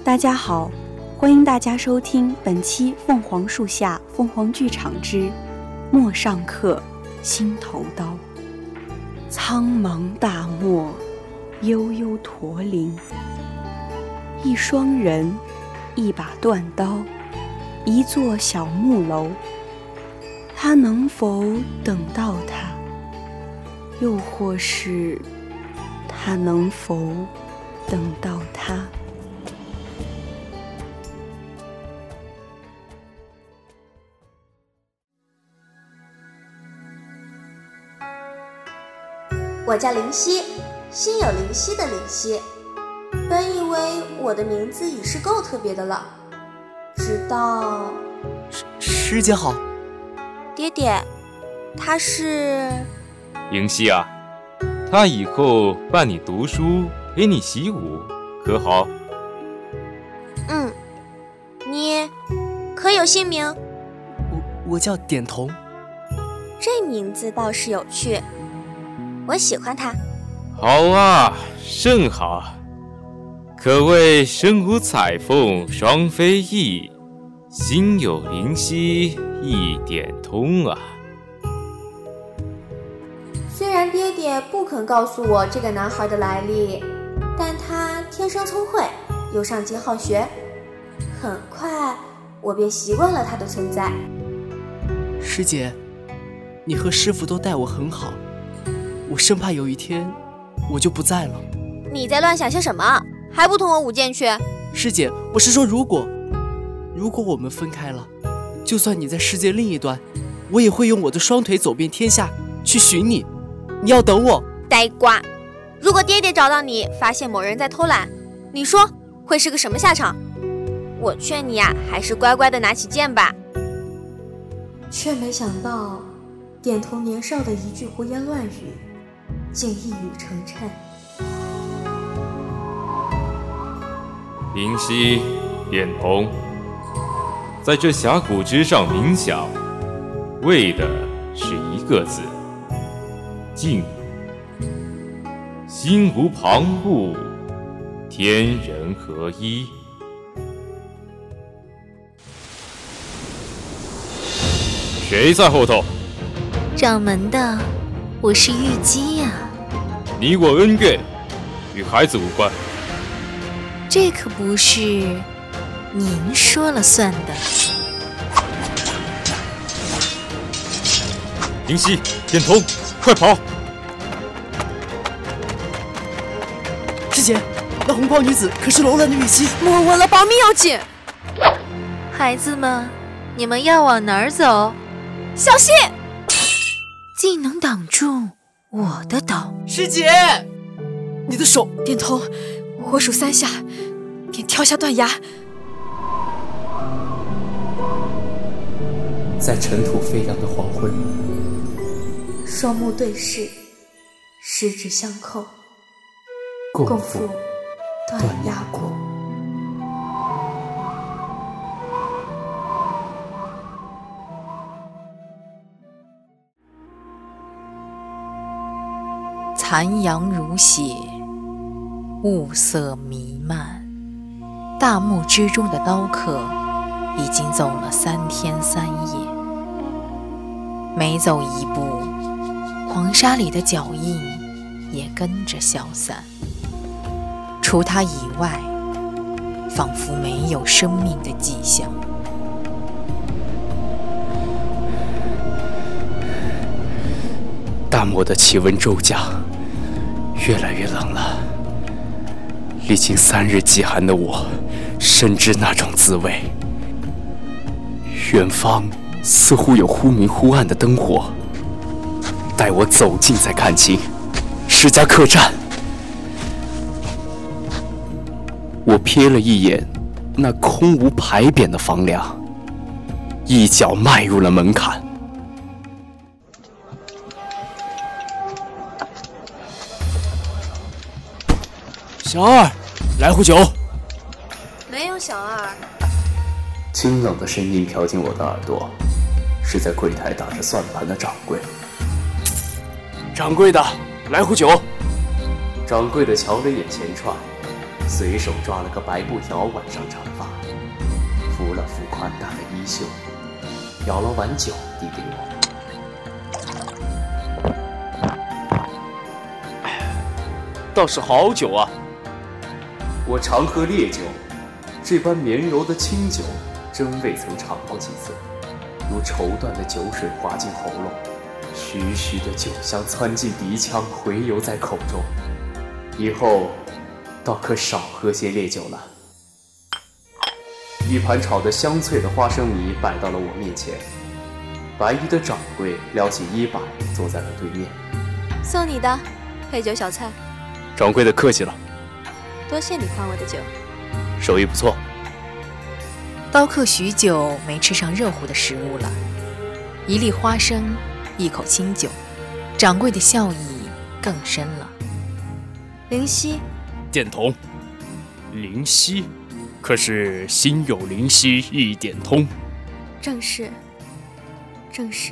大家好，欢迎大家收听本期凤凰树下凤凰剧场之陌上客心头刀。苍茫大漠，悠悠驼铃，一双人，一把断刀，一座小木楼。他能否等到他？又或是他能否等到他？ 我叫灵犀，心有灵犀的灵犀。本以为我的名字已是够特别的了，直到师姐好。 爹爹，他是灵犀啊，他以后伴你读书，陪你习武，可好？ 你可有姓名？ 我叫点童。 这名字倒是有趣，我喜欢他。 好啊，甚好，可谓身无彩凤双飞翼，心有灵犀一点通啊。 虽然爹爹不肯告诉我这个男孩的来历，但他天生聪慧，又上进好学，很快我便习惯了他的存在。 师姐，你和师父都待我很好，我生怕有一天我就不在了。 你在乱想些什么？还不同我舞剑去？ 师姐，我是说如果我们分开了，就算你在世界另一端，我也会用我的双腿走遍天下去寻你。你要等我。 呆瓜，如果爹爹找到你，发现某人在偷懒，你说会是个什么下场？我劝你啊，还是乖乖的拿起剑吧。却没想到点头年少的一句胡言乱语，竟一语成谶。 灵犀，点童，在这峡谷之上冥想，为的是一个字：静。心无旁骛，天人合一。谁在后头？ 掌门的，我是玉姬呀。 你我恩怨，与孩子无关。 这可不是您说了算的。 灵犀，点童，快跑！ 师姐，那红袍女子可是楼兰的玉姬。 莫问了，保命要紧。 孩子们，你们要往哪儿走？ 小心！ 竟能挡住我的刀！ 师姐，你的手。 点头，我数3下，便跳下断崖。 在尘土飞扬的黄昏， 双目对视，十指相扣， 共赴断崖谷。 残阳如血，雾色弥漫，大漠之中的刀客已经走了3天3夜，每走一步，黄沙里的脚印也跟着消散，除他以外，仿佛没有生命的迹象。 大漠的气温骤降，越来越冷了。历经3日极寒的我，深知那种滋味。远方似乎有忽明忽暗的灯火，待我走近再看清，是家客栈。我瞥了一眼那空无牌匾的房梁，一脚迈入了门槛。 小二，来壶酒。 没有小二。 清冷的声音飘进我的耳朵，是在柜台打着算盘的掌柜。 掌柜的，来壶酒。 掌柜的瞧了眼前串， 随手抓了个白布条挽上长发，扶了扶宽大的衣袖，舀了碗酒递给我。 倒是好酒啊！ 我常喝烈酒，这般绵柔的清酒，真未曾尝过几次。如绸缎的酒水滑进喉咙，徐徐的酒香窜进鼻腔，回游在口中。以后倒可少喝些烈酒了。一盘炒得香脆的花生米摆到了我面前，白衣的掌柜撩起衣摆，坐在了对面。 送你的，配酒小菜。 掌柜的客气了， 多谢你宽我的酒， 手艺不错。 刀客许久没吃上热乎的食物了，一粒花生，一口清酒，掌柜的笑意更深了。 灵犀， 点头。灵犀，可是心有灵犀一点通。 正是，正是。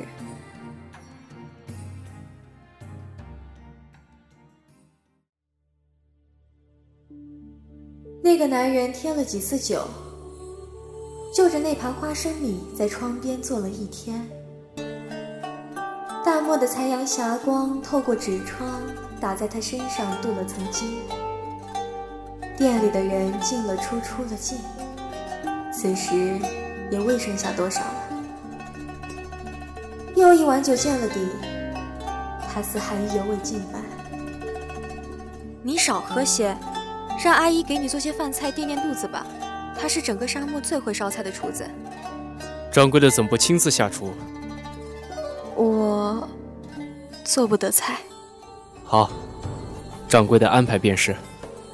那个男人添了几次酒，就着那盘花生米在窗边坐了一天。大漠的残阳霞光透过纸窗打在他身上镀了层金。店里的人进了出，出了进，此时也未剩下多少了。又一碗酒见了底，他似还意犹未尽般。你少喝些，让阿姨给你做些饭菜垫垫肚子吧，她是整个沙漠最会烧菜的厨子。 掌柜的怎不亲自下厨？ 我做不得菜。 好，掌柜的安排便是。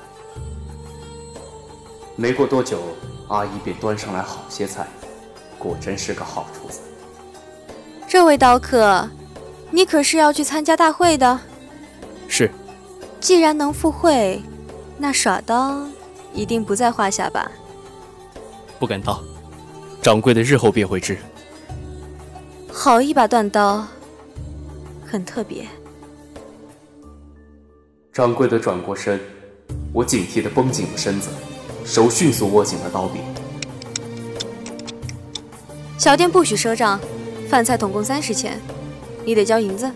没过多久，阿姨便端上来好些菜，果真是个好厨子。 这位刀客，你可是要去参加大会的？ 是。 既然能赴会，那耍刀一定不在话下吧？ 不敢当，掌柜的日后便会知。 好一把断刀，很特别。 掌柜的转过身，我警惕地绷紧了身子，手迅速握紧了刀柄。 小店不许赊账，饭菜总共30钱，你得交银子。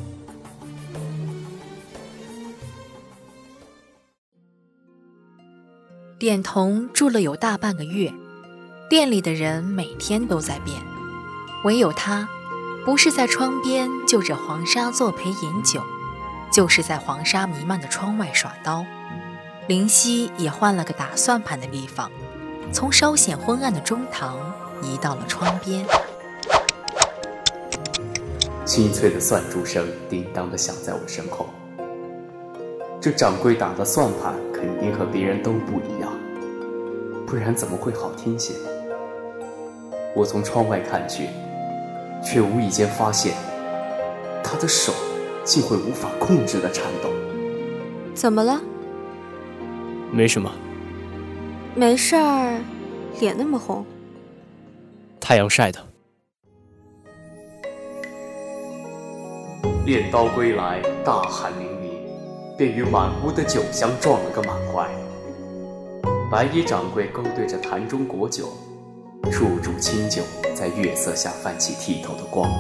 典童住了有大半个月，店里的人每天都在变，唯有他，不是在窗边就着黄沙作陪饮酒，就是在黄沙弥漫的窗外耍刀。灵犀也换了个打算盘的地方，从稍显昏暗的中堂移到了窗边。 清脆的算珠声叮当地响在我身后。这掌柜打的算盘肯定和别人都不一样，不然怎么会好听些？我从窗外看去，却无意间发现他的手竟会无法控制地颤抖。 怎么了？ 没什么。 没事儿，脸那么红。 太阳晒的。 练刀归来，大汗淋漓，便与满屋的酒香撞了个满怀。白衣掌柜勾兑着坛中果酒，处处清酒在月色下泛起剔透的光。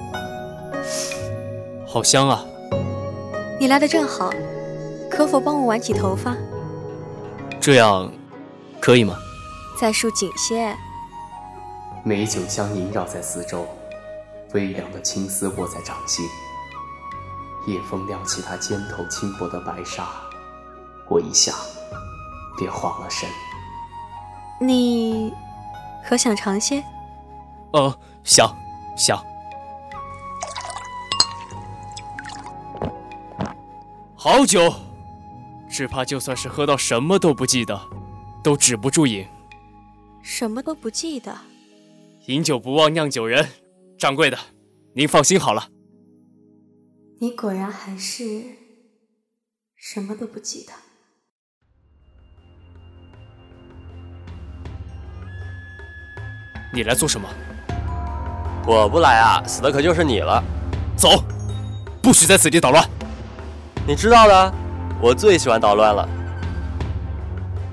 好香啊！ 你来得正好，可否帮我挽起头发？ 这样可以吗？ 再束紧些。 美酒香萦绕在四周，微凉的青丝握在掌心。夜风撩起他肩头轻薄的白纱，我一下便晃了神。 你可想尝些？ 想。好酒，只怕就算是喝到什么都不记得，都止不住饮。 什么都不记得？ 饮酒不忘酿酒人，掌柜的，您放心好了。 你果然还是什么都不记得。 你来做什么？ 我不来啊，死的可就是你了。 走，不许在此地捣乱。 你知道的，我最喜欢捣乱了。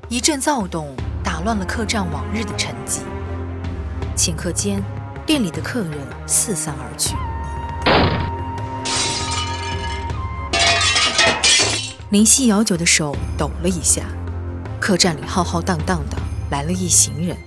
一阵躁动打乱了客栈往日的沉寂。顷刻间，店里的客人四散而去。林夕舀酒的手抖了一下，客栈里浩浩荡荡的来了一行人。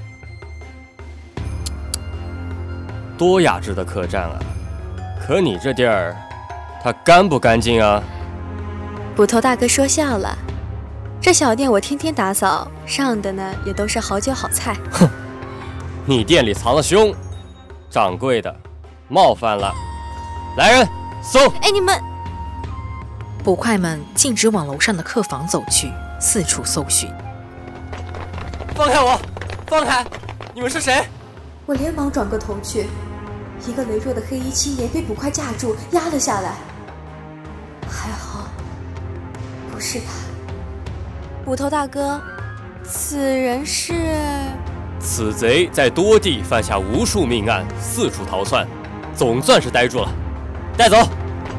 多雅致的客栈啊！可你这地儿，它干不干净啊？ 捕头大哥说笑了，这小店我天天打扫，上的呢也都是好酒好菜。 哼，你店里藏了凶，掌柜的冒犯了，来人搜！ 哎，你们！ 捕快们径直往楼上的客房走去，四处搜寻。 放开我！放开！你们是谁？ 我连忙转过头去，一个羸弱的黑衣青年被捕快架住，压了下来。还好，不是他。捕头大哥，此人是？ 此贼在多地犯下无数命案，四处逃窜，总算是逮住了，带走。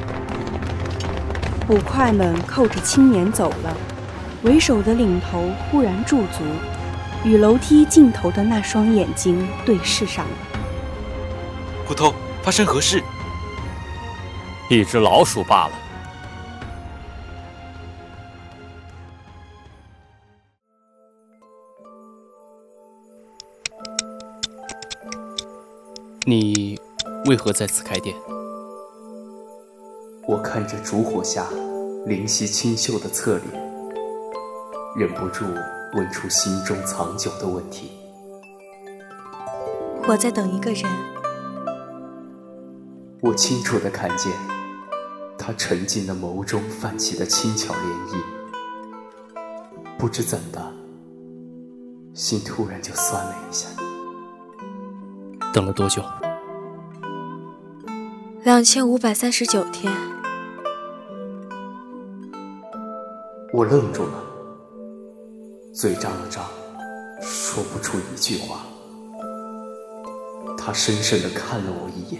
捕快们扣着青年走了，为首的领头忽然驻足，与楼梯尽头的那双眼睛对视上了。 捕头，发生何事？ 一只老鼠罢了。 你为何在此开店？ 我看着烛火下灵犀清秀的侧脸，忍不住问出心中藏久的问题。 我在等一个人。 我清楚地看见他沉静的眸中泛起的轻巧涟漪，不知怎的，心突然就酸了一下。 等了多久 ？2539天。 我愣住了，嘴张了张，说不出一句话。他深深地看了我一眼。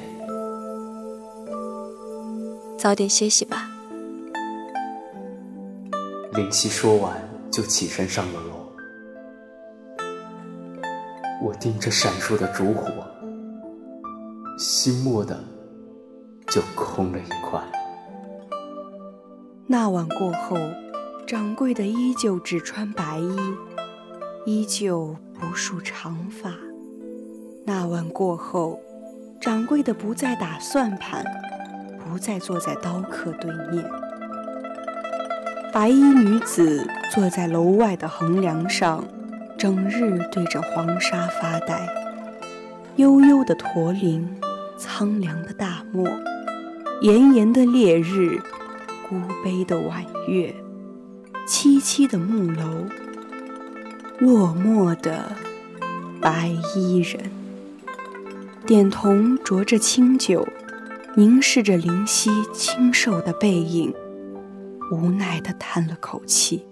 早点歇息吧。 灵犀说完就起身上了楼。我盯着闪烁的烛火，心蓦地就空了一块。 那晚过后，掌柜的依旧只穿白衣，依旧不束长发。那晚过后，掌柜的不再打算盘，不再坐在刀客对面。白衣女子坐在楼外的横梁上，整日对着黄沙发呆。悠悠的驼铃，苍凉的大漠，炎炎的烈日，孤悲的晚月，凄凄的木楼，落寞的白衣人。点童酌着清酒，凝视着灵犀清瘦的背影，无奈地叹了口气。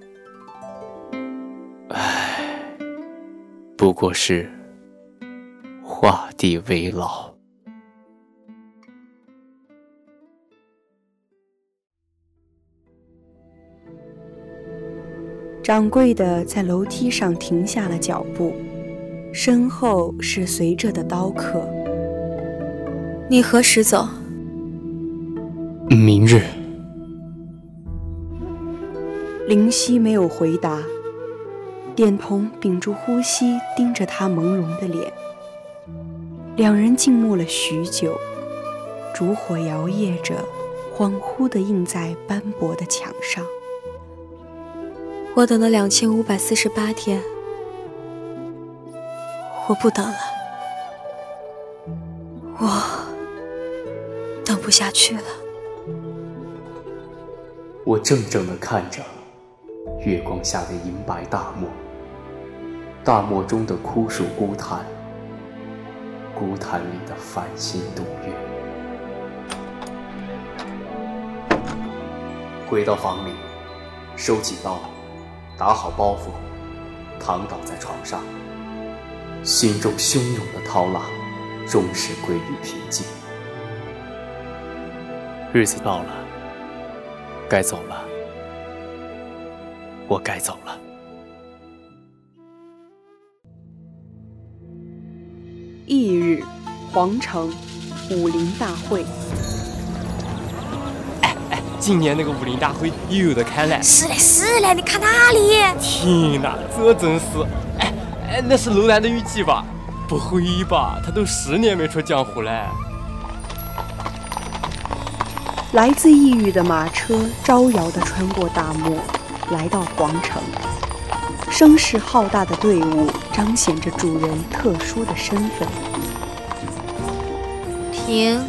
唉，不过是画地为牢。 掌柜的在楼梯上停下了脚步，身后是随着的刀客。 你何时走？ 明日。 灵犀没有回答，点童屏住呼吸，盯着他朦胧的脸。两人静默了许久，烛火摇曳着，恍惚地映在斑驳的墙上。 我等了2548天，我不等了，我等不下去了。 我怔怔地看着月光下的银白大漠，大漠中的枯树孤潭，孤潭里的繁星渡月。回到房里，收起刀，打好包袱，躺倒在床上，心中汹涌的涛浪终是归于平静。 日子到了，该走了，我该走了。 翌日，皇城武林大会。 今年那个武林大会又有的看了。 是嘞，你看哪里？ 天哪，这真是！那是楼兰的虞姬吧？不会吧，他都10年没出江湖了。 来自异域的马车招摇地穿过大漠，来到皇城。声势浩大的队伍彰显着主人特殊的身份。 停！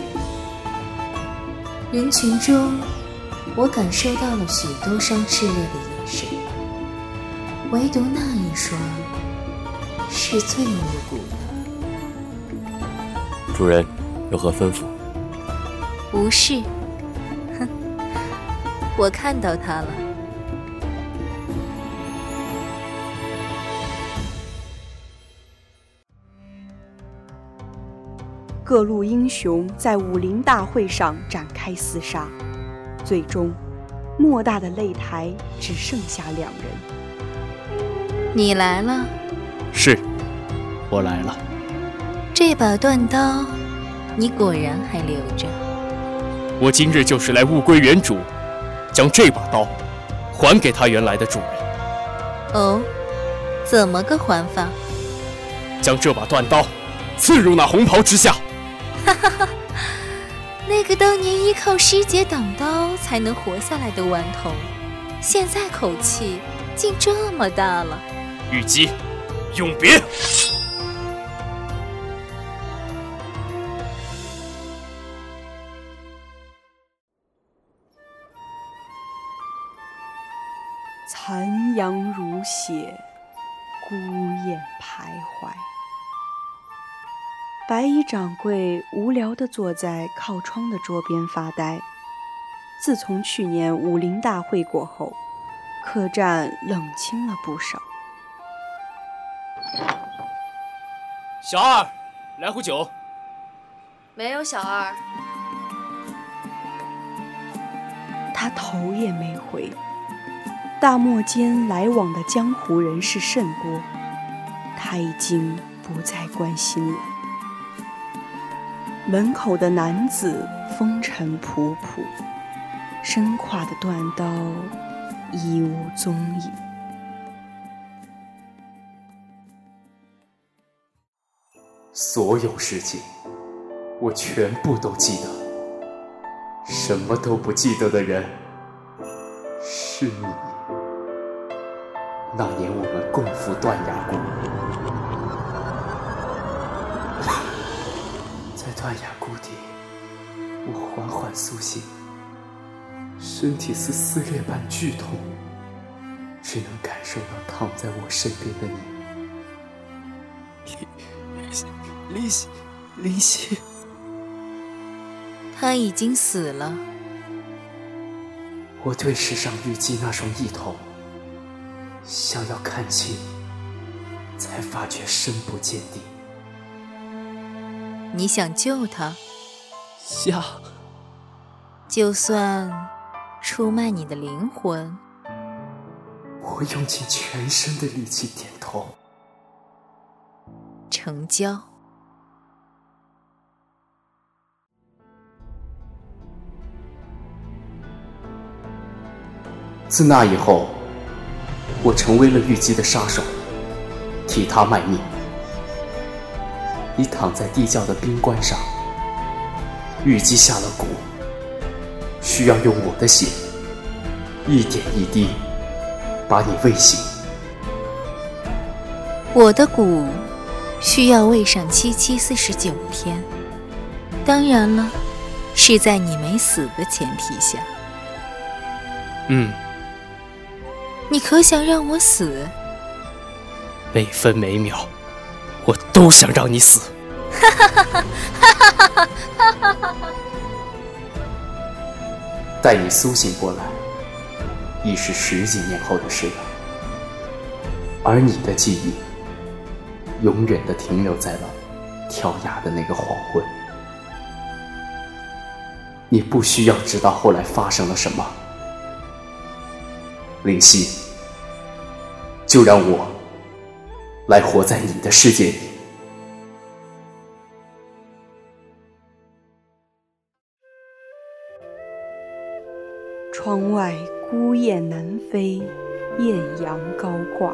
人群中，我感受到了许多双炽热的眼神，唯独那一双是最无辜的。 主人有何吩咐？ 无事。哼，我看到他了。 各路英雄在武林大会上展开厮杀，最终莫大的擂台只剩下2人。 你来了。 是，我来了。 这把断刀，你果然还留着。 我今日就是来物归原主，将这把刀还给他原来的主人。 哦，怎么个还法？ 将这把断刀刺入那红袍之下。 哈哈哈，那个当年依靠师姐挡刀才能活下来的顽童，现在口气竟这么大了。 虞姬，永别！ 残阳如血，孤雁徘徊。白衣掌柜无聊地坐在靠窗的桌边发呆。自从去年武林大会过后，客栈冷清了不少。 小二，来壶酒。 没有小二。 他头也没回。大漠间来往的江湖人士甚多，他已经不再关心了。门口的男子风尘仆仆，身挎的断刀已无踪影。 所有事情我全部都记得，什么都不记得的人是你。那年我们共赴断崖谷，在断崖谷底，我缓缓苏醒，身体似撕裂般剧痛，只能感受到躺在我身边的你。林夕， 他已经死了。 我对视上虞姬那双异瞳，想要看清，才发觉深不见底。 你想救他？ 想。 就算出卖你的灵魂？ 我用尽全身的力气点头。 成交。 自那以后，我成为了虞姬的杀手，替她卖命。你躺在地窖的冰棺上，虞姬下了蛊，需要用我的血一点一滴把你喂醒。 我的蛊需要喂上7749天，当然了，是在你没死的前提下。你可想让我死？ 每分每秒，我都想让你死。 待你苏醒过来，已是10几年后的事了。而你的记忆，永远地停留在了跳崖的那个黄昏。你不需要知道后来发生了什么。灵犀，就让我来活在你的世界里。 窗外孤雁南飞，艳阳高挂，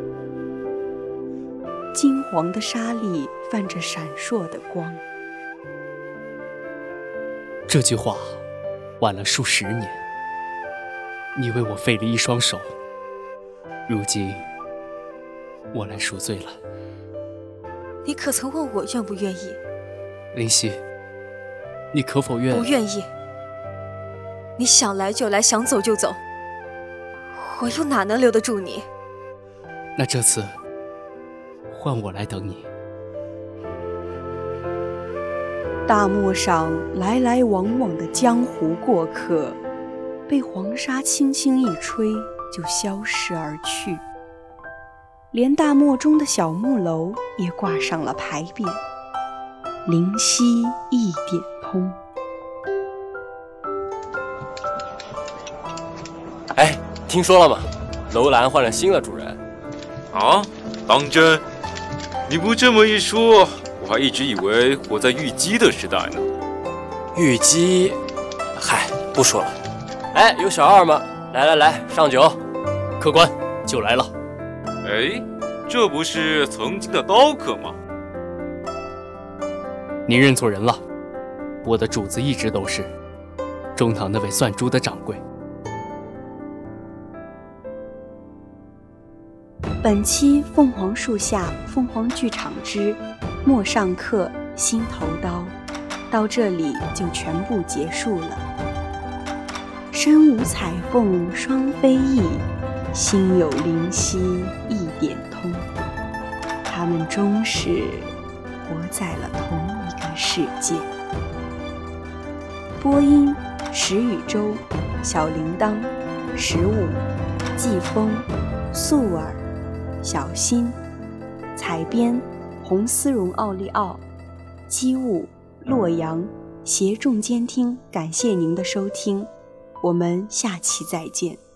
金黄的沙粒泛着闪烁的光。 这句话晚了数十年，你为我废了一双手，如今我来赎罪了。 你可曾问我愿不愿意？ 灵犀，你可否愿？ 不愿意。你想来就来，想走就走，我又哪能留得住你？ 那这次换我来等你。 大漠上来来往往的江湖过客，被黄沙轻轻一吹，就消失而去。连大漠中的小木楼也挂上了牌匾：灵犀一点通。 哎，听说了吗？楼兰换了新的主人。 啊？当真？你不这么一说，我还一直以为活在玉姬的时代呢。 玉姬，嗨，不说了。哎，有小二吗？来，上酒。 客官，酒来了。 哎，这不是曾经的刀客吗？ 您认错人了，我的主子一直都是中堂那位算珠的掌柜。 本期凤凰树下凤凰剧场之陌上客心头刀到这里就全部结束了。身无彩凤双飞翼，心有灵犀一点通。他们终是活在了同一个世界。播音：石宇洲、小铃铛、15、季风、素儿、小新，采编：红丝绒奥利奥，机务：洛阳，协众监听。感谢您的收听，我们下期再见。